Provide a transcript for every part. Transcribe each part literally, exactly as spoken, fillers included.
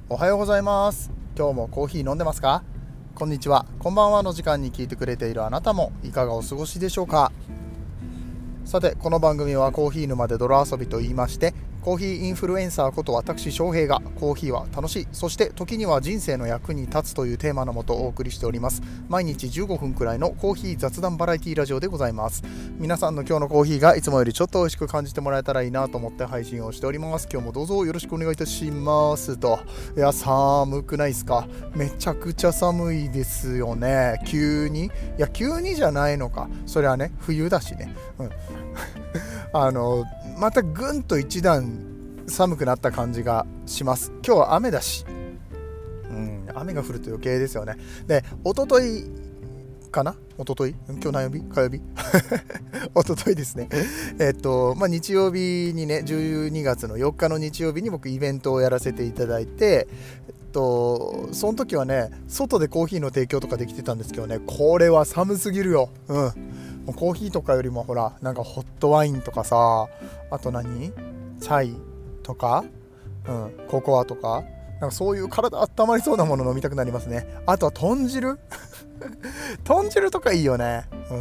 おはようございます。今日もコーヒー飲んでますか？こんにちは、こんばんはの時間に聞いてくれているあなたもいかがお過ごしでしょうか？さて、この番組はコーヒー沼で泥遊びと言いまして、コーヒーインフルエンサーこと私翔平がコーヒーは楽しい、そして時には人生の役に立つというテーマのもとお送りしております。毎日じゅうごふんくらいのコーヒー雑談バラエティラジオでございます。皆さんの今日のコーヒーがいつもよりちょっと美味しく感じてもらえたらいいなと思って配信をしております。今日もどうぞよろしくお願いいたしますと。いや、寒くないですか？めちゃくちゃ寒いですよね。急にいや急にじゃないのか、それはね冬だしね、うんあのまたぐんと一段寒くなった感じがします。今日は雨だし、うん、雨が降ると余計ですよね。で、一昨日かな一昨日今日何曜日火曜日一昨日ですね。えっと、まあ、日曜日にね、じゅうにがつのよっかの日曜日に僕イベントをやらせていただいて、えっと、その時はね、外でコーヒーの提供とかできてたんですけどね、これは寒すぎるよ。うん。コーヒーとかよりもほら、なんかホットワインとかさ、あと何チャイとか、うん、ココアとか、なんかそういう体温まりそうなもの飲みたくなりますね。あとは豚汁豚汁とかいいよね。うん、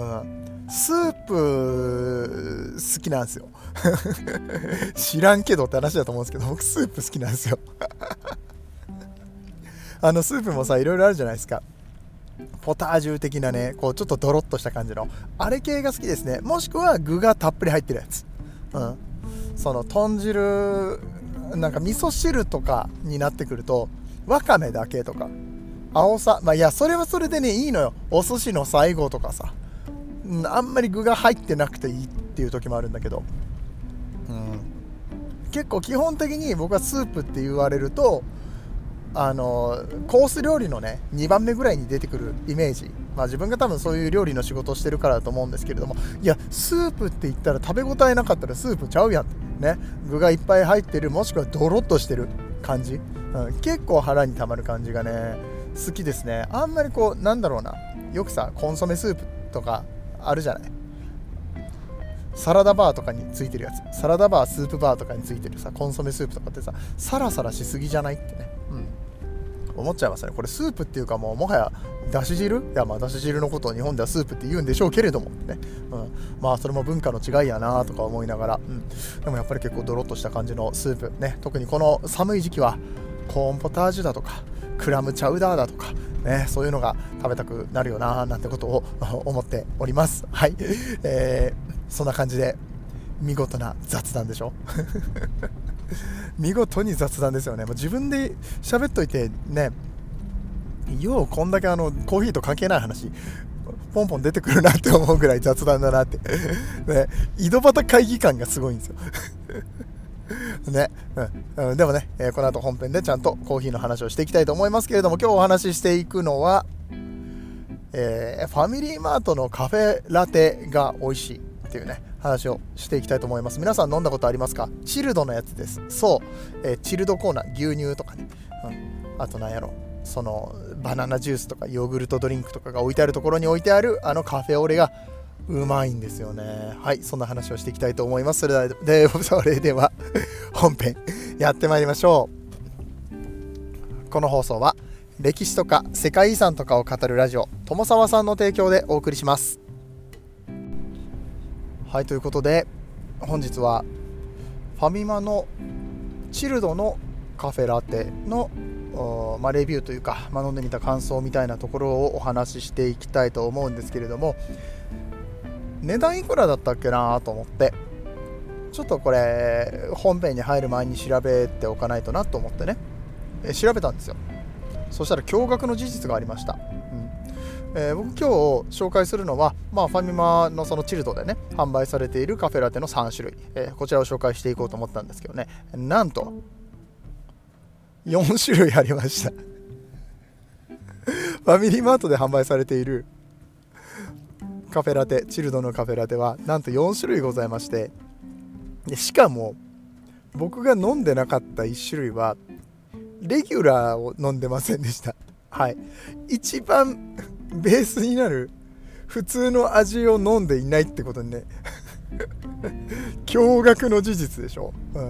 スープ好きなんですよ知らんけどって話だと思うんですけど、僕スープ好きなんですよあのスープもさ、いろいろあるじゃないですか。ポタージュ的なね、こうちょっとドロッとした感じのあれ系が好きですね。もしくは具がたっぷり入ってるやつ、うん、その豚汁、なんか味噌汁とかになってくるとわかめだけとか青さ、まあいやそれはそれでねいいのよ。お寿司の最後とかさ、あんまり具が入ってなくていいっていう時もあるんだけど、うん、結構基本的に僕はスープって言われると、あのコース料理のねにばんめぐらいに出てくるイメージ。まあ自分が多分そういう料理の仕事をしてるからだと思うんですけれども、いやスープって言ったら食べ応えなかったらスープちゃうやんね。具がいっぱい入ってる、もしくはドロッとしてる感じ、うん、結構腹にたまる感じがね好きですね。あんまりこうなんだろうな、よくさコンソメスープとかあるじゃない。サラダバーとかについてるやつ、サラダバースープバーとかについてるさコンソメスープとかってさ、サラサラしすぎじゃないってね、うん思っちゃいますね。これスープっていうかもうもはやだし汁、いやまあだし汁のことを日本ではスープって言うんでしょうけれどもね、うん、まあそれも文化の違いやなとか思いながら、うん、でもやっぱり結構ドロッとした感じのスープね、特にこの寒い時期はコーンポタージュだとかクラムチャウダーだとかね、そういうのが食べたくなるよななんてことを思っております。はい、えー、そんな感じで見事な雑談でしょ見事に雑談ですよね。もう自分で喋っといてね、ようこんだけあのコーヒーと関係ない話ポンポン出てくるなって思うぐらい雑談だなってね、井戸端会議感がすごいんですよね、うんうん、でもね、えー、この後本編でちゃんとコーヒーの話をしていきたいと思いますけれども、今日お話ししていくのは、えー、ファミリーマートのカフェラテが美味しいっていうね話をしていきたいと思います。皆さん飲んだことありますか？チルドのやつです。そう、えー、チルドコーナー、牛乳とかね、うん、あとなんやろ、そのバナナジュースとかヨーグルトドリンクとかが置いてあるところに置いてあるあのカフェオレがうまいんですよね。はい、そんな話をしていきたいと思います。それでそれでは本編やってまいりましょう。この放送は歴史とか世界遺産とかを語るラジオ友沢さんの提供でお送りします。はい、ということで本日はファミマのチルドのカフェラテの、まあ、レビューというか、まあ、飲んでみた感想みたいなところをお話ししていきたいと思うんですけれども、値段いくらだったっけなと思ってちょっとこれ本編に入る前に調べておかないとなと思ってね、え調べたんですよ。そしたら驚愕の事実がありました。うんえー、僕今日紹介するのは、まあ、ファミマのそのチルドでね販売されているカフェラテのさん種類、えー、こちらを紹介していこうと思ったんですけどね、なんとよん種類ありましたファミリーマートで販売されているカフェラテ、チルドのカフェラテはなんとよん種類ございまして、でしかも僕が飲んでなかったいち種類はレギュラーを飲んでませんでした。はい、一番ベースになる普通の味を飲んでいないってことにね驚愕の事実でしょ、うん、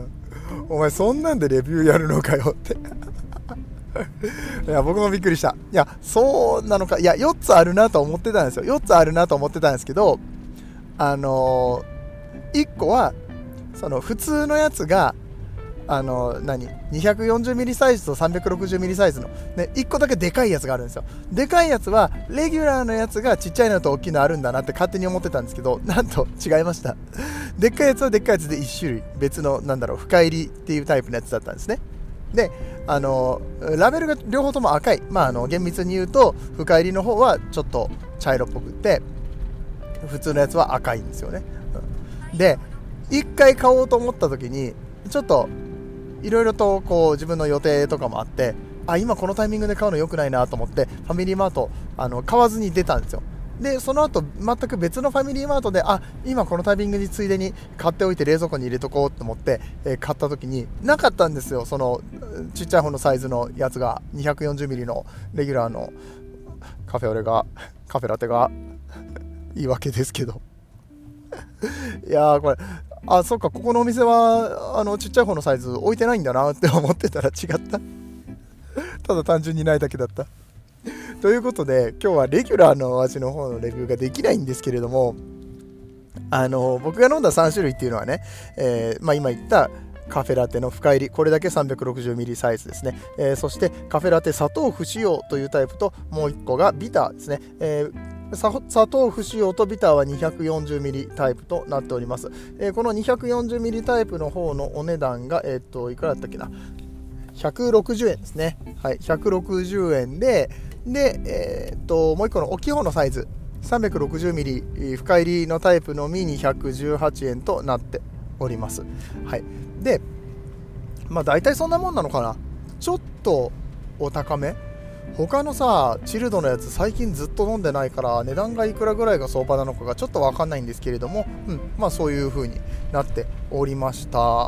お前そんなんでレビューやるのかよっていや僕もびっくりした。いやそうなのか、いやよっつあるなと思ってたんですよ。よっつあるなと思ってたんですけど、あのー、いっこはその普通のやつがあの何 にひゃくよんじゅうミリ サイズと さんびゃくろくじゅうミリ サイズの、ね、いっこだけでかいやつがあるんですよ。でかいやつはレギュラーのやつがちっちゃいのと大きいのあるんだなって勝手に思ってたんですけど、なんと違いました。でっかいやつはでっかいやつでいち種類別のなんだろう深入りっていうタイプのやつだったんですね。であのラベルが両方とも赤い、まあ、あの厳密に言うと深入りの方はちょっと茶色っぽくって普通のやつは赤いんですよね。うん、でいっかい買おうと思った時にちょっといろいろとこう自分の予定とかもあって、あ今このタイミングで買うの良くないなと思ってファミリーマートあの買わずに出たんですよ。でその後全く別のファミリーマートであ今このタイミングについでに買っておいて冷蔵庫に入れとこうと思って、えー、買った時になかったんですよ。そのちっちゃい方のサイズのやつが にひゃくよんじゅうミリ のレギュラーのカフェオレがカフェラテがいいわけですけどいやーこれあそっかここのお店はあのちっちゃい方のサイズ置いてないんだなって思ってたら違ったただ単純にないだけだったということで今日はレギュラーの味の方のレビューができないんですけれども、あの僕が飲んださん種類っていうのはね、えーまあ、今言ったカフェラテの深入りこれだけ さんびゃくろくじゅうミリ サイズですね、えー、そしてカフェラテ砂糖不使用というタイプともういっこがビターですね、えー砂糖不使用とビターは にひゃくよんじゅうミリ タイプとなっております。えー、この にひゃくよんじゅうミリ タイプの方のお値段が、えー、っといくらだったっけな、ひゃくろくじゅうえんですね。はい、ひゃくろくじゅうえんで、で、えー、っともういっこの大きい方のサイズ さんびゃくろくじゅうミリ 深入りのタイプのみにひゃくじゅうはちえんとなっております。はい、で、まあ大体そんなもんなのかな。ちょっとお高め。他のさチルドのやつ最近ずっと飲んでないから値段がいくらぐらいが相場なのかがちょっと分かんないんですけれども、うん、まあそういう風になっておりました。はい。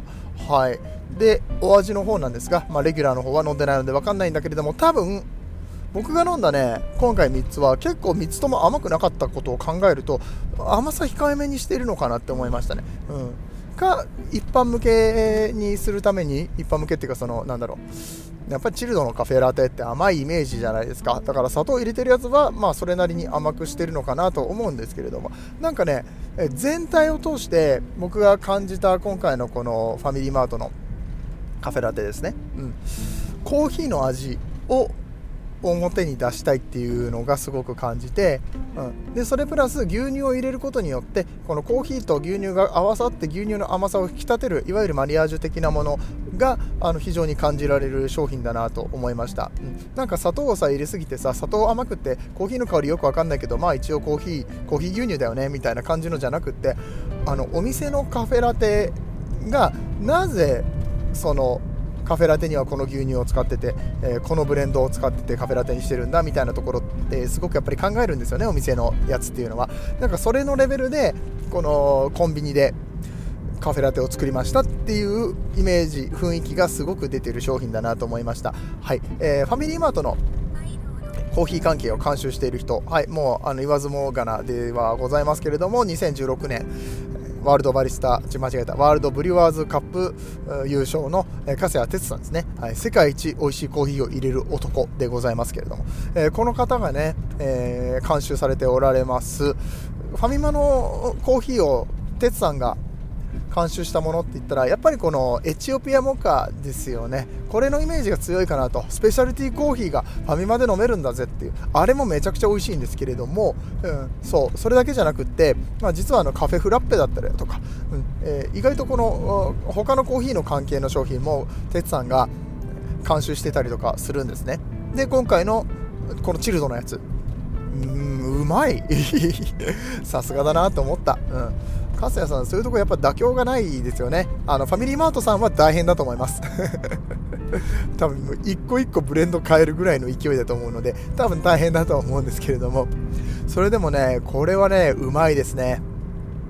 でお味の方なんですが、まあ、レギュラーの方は飲んでないので分かんないんだけれども、多分僕が飲んだね今回みっつは結構みっつとも甘くなかったことを考えると甘さ控えめにしているのかなって思いましたね。うんか一般向けにするために一般向けっていうかそのなんだろうやっぱりチルドのカフェラテって甘いイメージじゃないですか。だから砂糖入れてるやつはまあそれなりに甘くしてるのかなと思うんですけれども、なんかね全体を通して僕が感じた今回のこのファミリーマートのカフェラテですね、うん、コーヒーの味を表に出したいっていうのがすごく感じて、うん、でそれプラス牛乳を入れることによってこのコーヒーと牛乳が合わさって牛乳の甘さを引き立てるいわゆるマリアージュ的なものがあの非常に感じられる商品だなと思いました。うん、なんか砂糖をさ入れすぎてさ砂糖甘くってコーヒーの香りよくわかんないけどまあ一応コーヒーコーヒー牛乳だよねみたいな感じのじゃなくって、あのお店のカフェラテがなぜそのカフェラテにはこの牛乳を使ってて、えー、このブレンドを使っててカフェラテにしてるんだみたいなところってすごくやっぱり考えるんですよね、お店のやつっていうのは。なんかそれのレベルでこのコンビニでカフェラテを作りましたっていうイメージ雰囲気がすごく出てる商品だなと思いました。はい、えー、ファミリーマートのコーヒー関係を監修している人、はい、もうあの言わずもがなではございますけれども、にせんじゅうろくねんワールドバリスタ間違えたワールドブリュワーズカップ優勝の粕谷哲さんですね、はい、世界一美味しいコーヒーを入れる男でございますけれども、えー、この方がね、えー、監修されておられますファミマのコーヒーを哲さんが監修したものって言ったらやっぱりこのエチオピアモカですよね。これのイメージが強いかなと。スペシャルティーコーヒーがファミマで飲めるんだぜっていう、あれもめちゃくちゃ美味しいんですけれども、うん、そうそれだけじゃなくって、まあ、実はあのカフェフラッペだったりとか、うんえー、意外とこの他のコーヒーの関係の商品も哲さんが監修してたりとかするんですね。で今回のこのチルドのやつ、うーんうまいさすがだなと思った。うん粕谷さんそういうところやっぱ妥協がないですよね。あのファミリーマートさんは大変だと思います多分一個一個ブレンド変えるぐらいの勢いだと思うので多分大変だと思うんですけれども、それでもねこれはねうまいですね。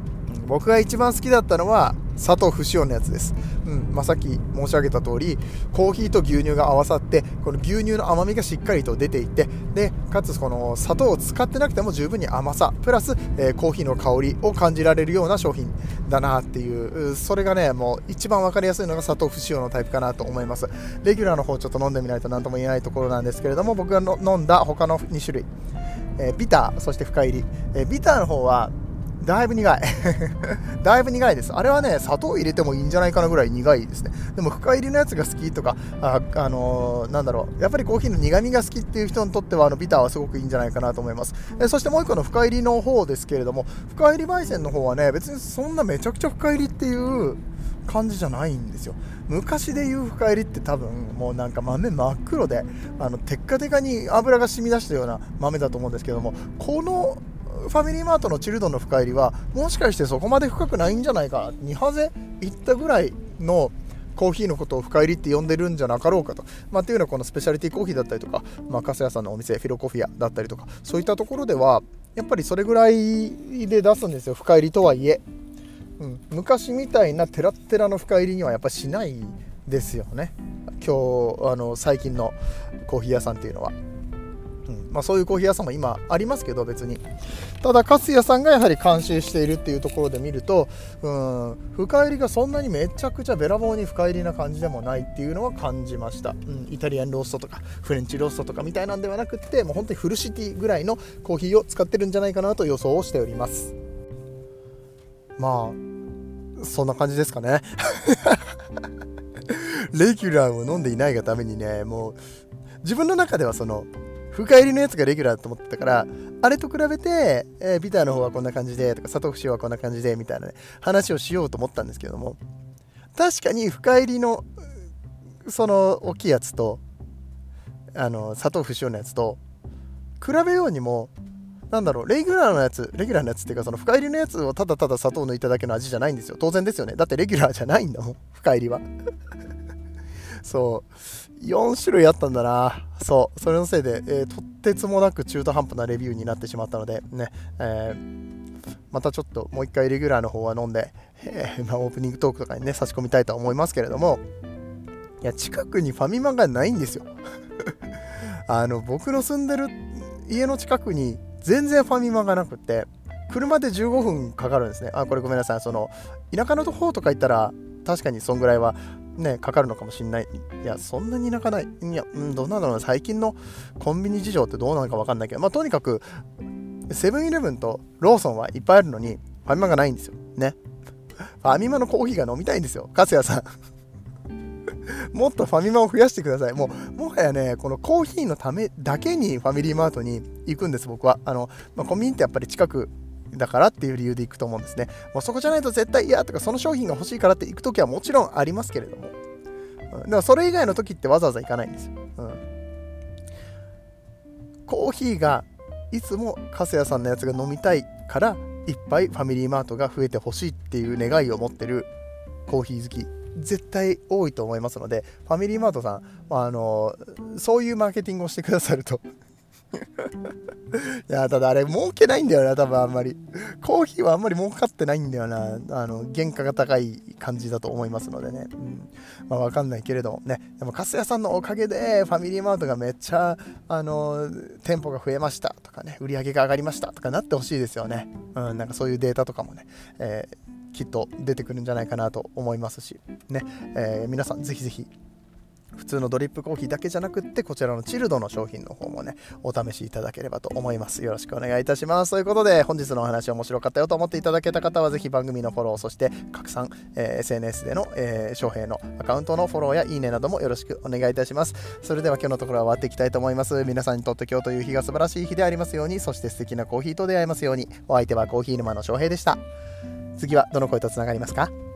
僕が一番好きだったのは砂糖不使用のやつです。うんまあ、さっき申し上げた通り、コーヒーと牛乳が合わさって、この牛乳の甘みがしっかりと出ていて、でかつこの砂糖を使ってなくても十分に甘さプラス、えー、コーヒーの香りを感じられるような商品だなっていう、それがねもう一番分かりやすいのが砂糖不使用のタイプかなと思います。レギュラーの方ちょっと飲んでみないと何とも言えないところなんですけれども、僕がの飲んだ他のに種類、えー、ビターそして深入り、えー、ビターの方はだいぶ苦いだいぶ苦いです。あれはね砂糖入れてもいいんじゃないかなぐらい苦いですね。でも深入りのやつが好きとか、あ、あのー、なんだろうやっぱりコーヒーの苦みが好きっていう人にとってはあのビターはすごくいいんじゃないかなと思います。えそしてもう一個の深入りの方ですけれども、深入り焙煎の方はね別にそんなめちゃくちゃ深入りっていう感じじゃないんですよ。昔でいう深入りって多分もうなんか豆真っ黒であのテッカテカに油が染み出したような豆だと思うんですけども、このファミリーマートのチルドの深入りはもしかしてそこまで深くないんじゃないかな、にハゼいったぐらいのコーヒーのことを深入りって呼んでるんじゃなかろうかと、まあ、っていうのはこのスペシャリティコーヒーだったりとか、まあ、粕谷さんのお店フィロコフィアだったりとか、そういったところではやっぱりそれぐらいで出すんですよ、深入りとはいえ、うん、昔みたいなテラッテラの深入りにはやっぱしないですよね、今日あの最近のコーヒー屋さんっていうのは。うんまあ、そういうコーヒー屋さんも今ありますけど、別にただ粕谷さんがやはり監修しているっていうところで見ると、うん深入りがそんなにめちゃくちゃべらぼうに深入りな感じでもないっていうのは感じました、うん、イタリアンローストとかフレンチローストとかみたいなんではなくって、もう本当にフルシティぐらいのコーヒーを使ってるんじゃないかなと予想をしております。まあそんな感じですかねレギュラーを飲んでいないがためにね、もう自分の中ではその深入りのやつがレギュラーだと思ってたから、あれと比べて、えー、ビターの方はこんな感じでとか砂糖不使用はこんな感じでみたいな、ね、話をしようと思ったんですけども、確かに深入りのその大きいやつとあの砂糖不使用のやつと比べようにも、なんだろうレギュラーのやつレギュラーのやつっていうか、その深入りのやつをただただ砂糖抜いただけの味じゃないんですよ。当然ですよね、だってレギュラーじゃないんだもん深入りはそうよん種類あったんだな。そうそれのせいで、えー、とってつもなく中途半端なレビューになってしまったのでね、えー、またちょっともう一回レギュラーの方は飲んで、えーまあ、オープニングトークとかにね差し込みたいと思いますけれども、いや近くにファミマがないんですよあの僕の住んでる家の近くに全然ファミマがなくて、車でじゅうごふんかかるんですね。あこれごめんなさい、その田舎の方とか行ったら確かにそんぐらいはねかかるのかもしれない。いやそんなに田舎ない、いや、うん、どうなんだろうな、最近のコンビニ事情ってどうなのか分かんないけど、まあとにかくセブンイレブンとローソンはいっぱいあるのにファミマがないんですよね。ファミマのコーヒーが飲みたいんですよ粕谷さんもっとファミマを増やしてください。もうもはやねこのコーヒーのためだけにファミリーマートに行くんです僕は。あの、まあ、コンビニってやっぱり近くだからっていう理由で行くと思うんですね。もうそこじゃないと絶対嫌とか、その商品が欲しいからって行くときはもちろんありますけれども、うん、でもそれ以外の時ってわざわざ行かないんですよ、うん、コーヒーがいつも粕谷さんのやつが飲みたいからいっぱいファミリーマートが増えてほしいっていう願いを持ってるコーヒー好き絶対多いと思いますので、ファミリーマートさん、まあ、あのそういうマーケティングをしてくださるといやただあれ儲けないんだよな、多分あんまりコーヒーはあんまり儲かってないんだよな、あの原価が高い感じだと思いますのでね、うん、まあ分かんないけれどもね、でも粕谷さんのおかげでファミリーマートがめっちゃあの店舗が増えましたとかね、売り上げが上がりましたとかなってほしいですよね、うん、なんかそういうデータとかもね、えーきっと出てくるんじゃないかなと思いますしね、えー、皆さんぜひぜひ普通のドリップコーヒーだけじゃなくってこちらのチルドの商品の方もねお試しいただければと思います。よろしくお願いいたします。ということで本日のお話面白かったよと思っていただけた方はぜひ番組のフォロー、そして拡散、えー、エスエヌエス での、えー、翔平のアカウントのフォローやいいねなどもよろしくお願いいたします。それでは今日のところは終わっていきたいと思います。皆さんにとって今日という日が素晴らしい日でありますように、そして素敵なコーヒーと出会えますように。お相手はコーヒー沼の翔平でした。次はどの声とつながりますか？